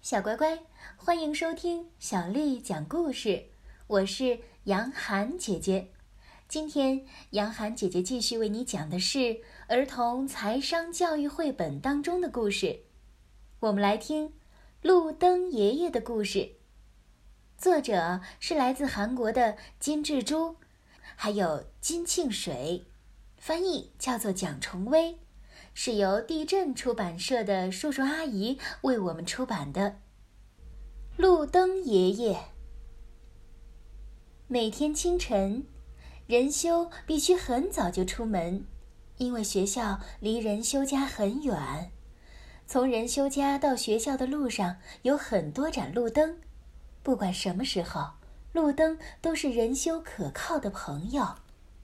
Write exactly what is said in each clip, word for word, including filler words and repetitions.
小乖乖，欢迎收听小丽讲故事，我是杨涵姐姐。今天杨涵姐姐继续为你讲的是儿童财商教育绘本当中的故事。我们来听路灯爷爷的故事，作者是来自韩国的金智珠，还有金庆水，翻译叫做蒋崇威，是由地震出版社的叔叔阿姨为我们出版的。路灯爷爷。每天清晨，仁修必须很早就出门，因为学校离仁修家很远。从仁修家到学校的路上有很多盏路灯，不管什么时候，路灯都是仁修可靠的朋友。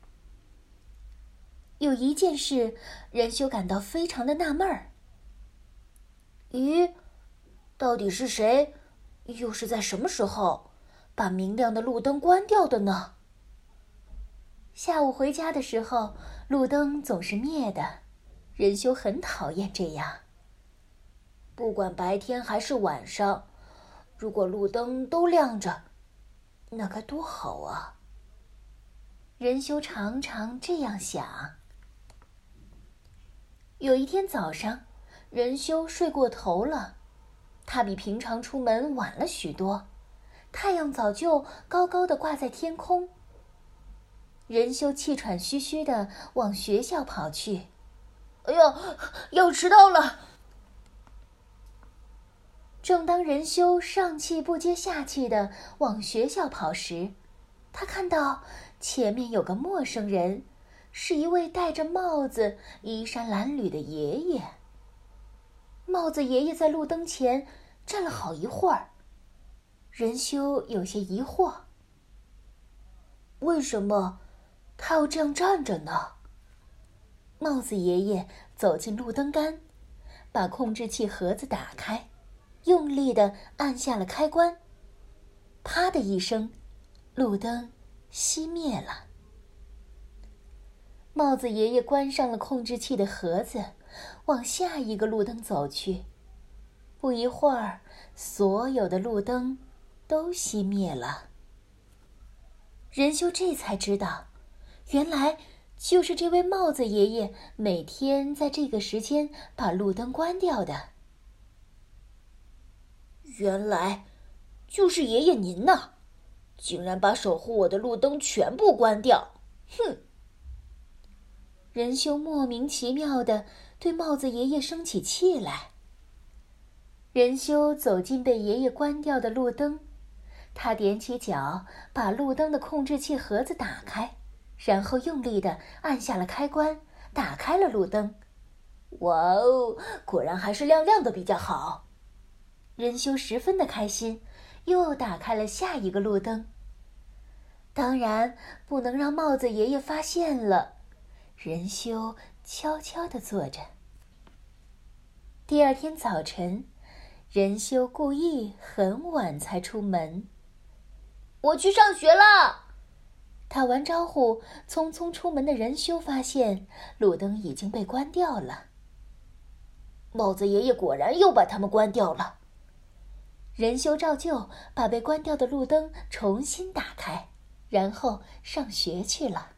有一件事，仁修感到非常的纳闷儿。咦，到底是谁，又是在什么时候，把明亮的路灯关掉的呢？下午回家的时候，路灯总是灭的，仁修很讨厌这样。不管白天还是晚上，如果路灯都亮着，那该多好啊！仁修常常这样想。有一天早上，仁修睡过头了，他比平常出门晚了许多，太阳早就高高的挂在天空。仁修气喘吁吁地往学校跑去。哎呀，要迟到了！正当仁修上气不接下气地往学校跑时，他看到前面有个陌生人，是一位戴着帽子、衣衫褴褛的爷爷。帽子爷爷在路灯前站了好一会儿，仁修有些疑惑，为什么他要这样站着呢？帽子爷爷走进路灯杆，把控制器盒子打开，用力地按下了开关。啪的一声，路灯熄灭了。帽子爷爷关上了控制器的盒子，往下一个路灯走去。不一会儿，所有的路灯都熄灭了。仁修这才知道，原来就是这位帽子爷爷每天在这个时间把路灯关掉的。原来就是爷爷您呐，竟然把守护我的路灯全部关掉！哼！仁修莫名其妙地对帽子爷爷生起气来。仁修走进被爷爷关掉的路灯，他踮起脚把路灯的控制器盒子打开，然后用力地按下了开关，打开了路灯。哇哦，果然还是亮亮的比较好。仁修十分的开心，又打开了下一个路灯。当然不能让帽子爷爷发现了，仁修悄悄地坐着。第二天早晨，仁修故意很晚才出门。我去上学了！打完招呼，匆匆出门的仁修发现路灯已经被关掉了。帽子爷爷果然又把它们关掉了。仁修照旧把被关掉的路灯重新打开，然后上学去了。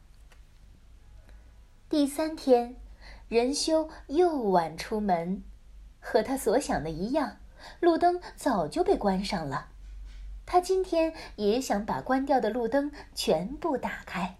第三天，仁修又晚出门，和他所想的一样，路灯早就被关上了。他今天也想把关掉的路灯全部打开。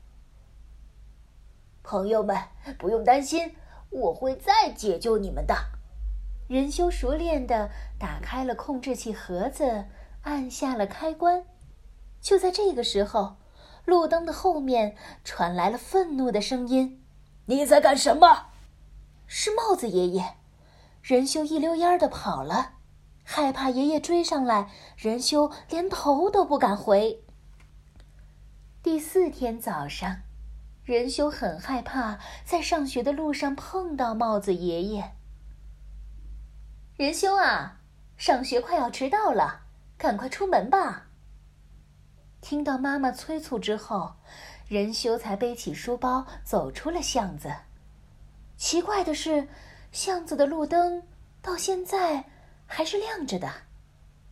朋友们，不用担心，我会再解救你们的。仁修熟练地打开了控制器盒子，按下了开关。就在这个时候，路灯的后面传来了愤怒的声音：你在干什么？是帽子爷爷。仁修一溜烟儿地跑了，害怕爷爷追上来，仁修连头都不敢回。第四天早上，仁修很害怕在上学的路上碰到帽子爷爷。仁修啊，上学快要迟到了，赶快出门吧。听到妈妈催促之后，仁修才背起书包走出了巷子。奇怪的是，巷子的路灯到现在还是亮着的。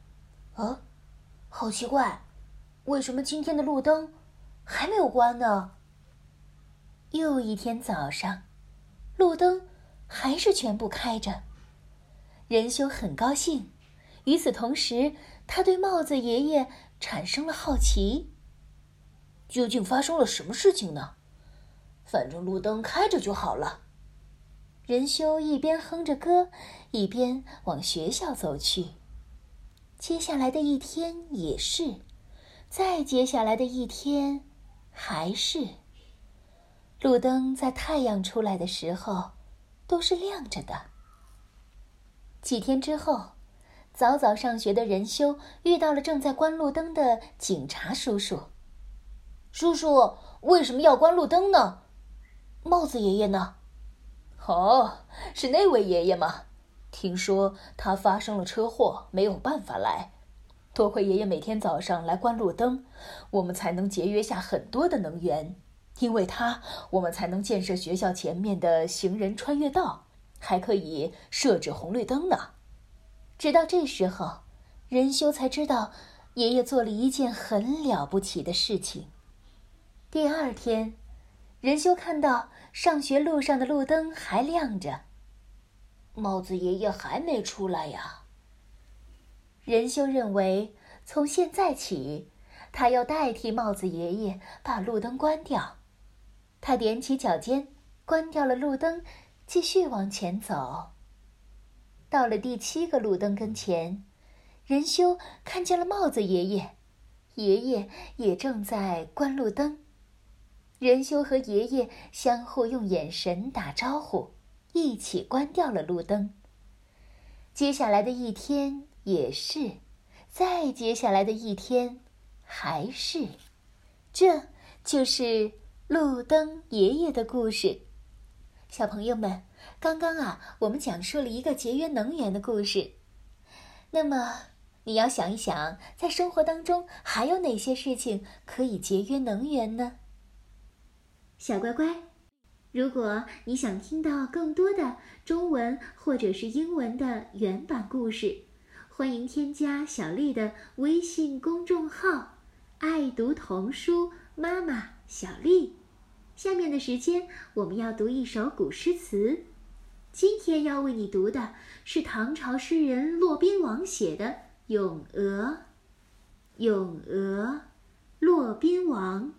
啊，好奇怪，为什么今天的路灯还没有关呢？又一天早上，路灯还是全部开着。仁修很高兴，与此同时，他对帽子爷爷产生了好奇。究竟发生了什么事情呢？反正路灯开着就好了。仁修一边哼着歌，一边往学校走去。接下来的一天也是，再接下来的一天还是。路灯在太阳出来的时候都是亮着的。几天之后，早早上学的仁修遇到了正在关路灯的警察叔叔。叔叔，为什么要关路灯呢？帽子爷爷呢？哦，是那位爷爷吗？听说他发生了车祸，没有办法来。多亏爷爷每天早上来关路灯，我们才能节约下很多的能源。因为他，我们才能建设学校前面的行人穿越道，还可以设置红绿灯呢。直到这时候，仁修才知道爷爷做了一件很了不起的事情。第二天，仁修看到上学路上的路灯还亮着，帽子爷爷还没出来呀。仁修认为，从现在起，他要代替帽子爷爷把路灯关掉。他踮起脚尖，关掉了路灯，继续往前走。到了第七个路灯跟前，仁修看见了帽子爷爷，爷爷也正在关路灯。仁修和爷爷相互用眼神打招呼，一起关掉了路灯。接下来的一天也是，再接下来的一天还是。这就是路灯爷爷的故事。小朋友们，刚刚啊，我们讲述了一个节约能源的故事。那么，你要想一想，在生活当中还有哪些事情可以节约能源呢？小乖乖，如果你想听到更多的中文或者是英文的原版故事，欢迎添加小丽的微信公众号“爱读童书妈妈小丽”。下面的时间，我们要读一首古诗词。今天要为你读的是唐朝诗人骆宾王写的《咏鹅》。《咏鹅》，骆宾王。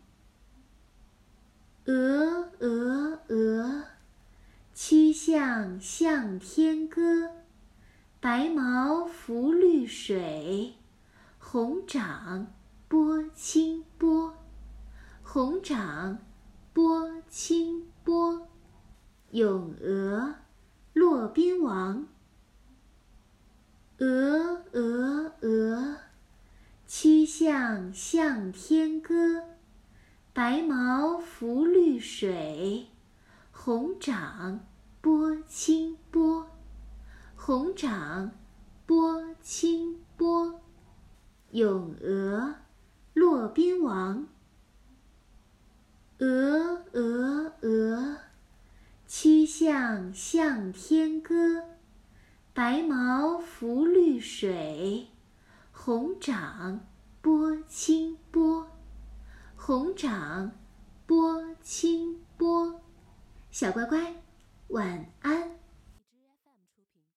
鹅，鹅，鹅，曲项向天歌。白毛浮绿水，红掌拨清波。红掌拨清波，《咏鹅》，骆宾王。鹅，鹅，鹅，曲项向天歌。白毛浮绿水，红掌拨清波。红掌拨清波，《咏鹅》，骆宾王。鹅，鹅，鹅，曲项向天歌。白毛浮绿水，红掌拨清波。红掌拨清波。小乖乖，晚安。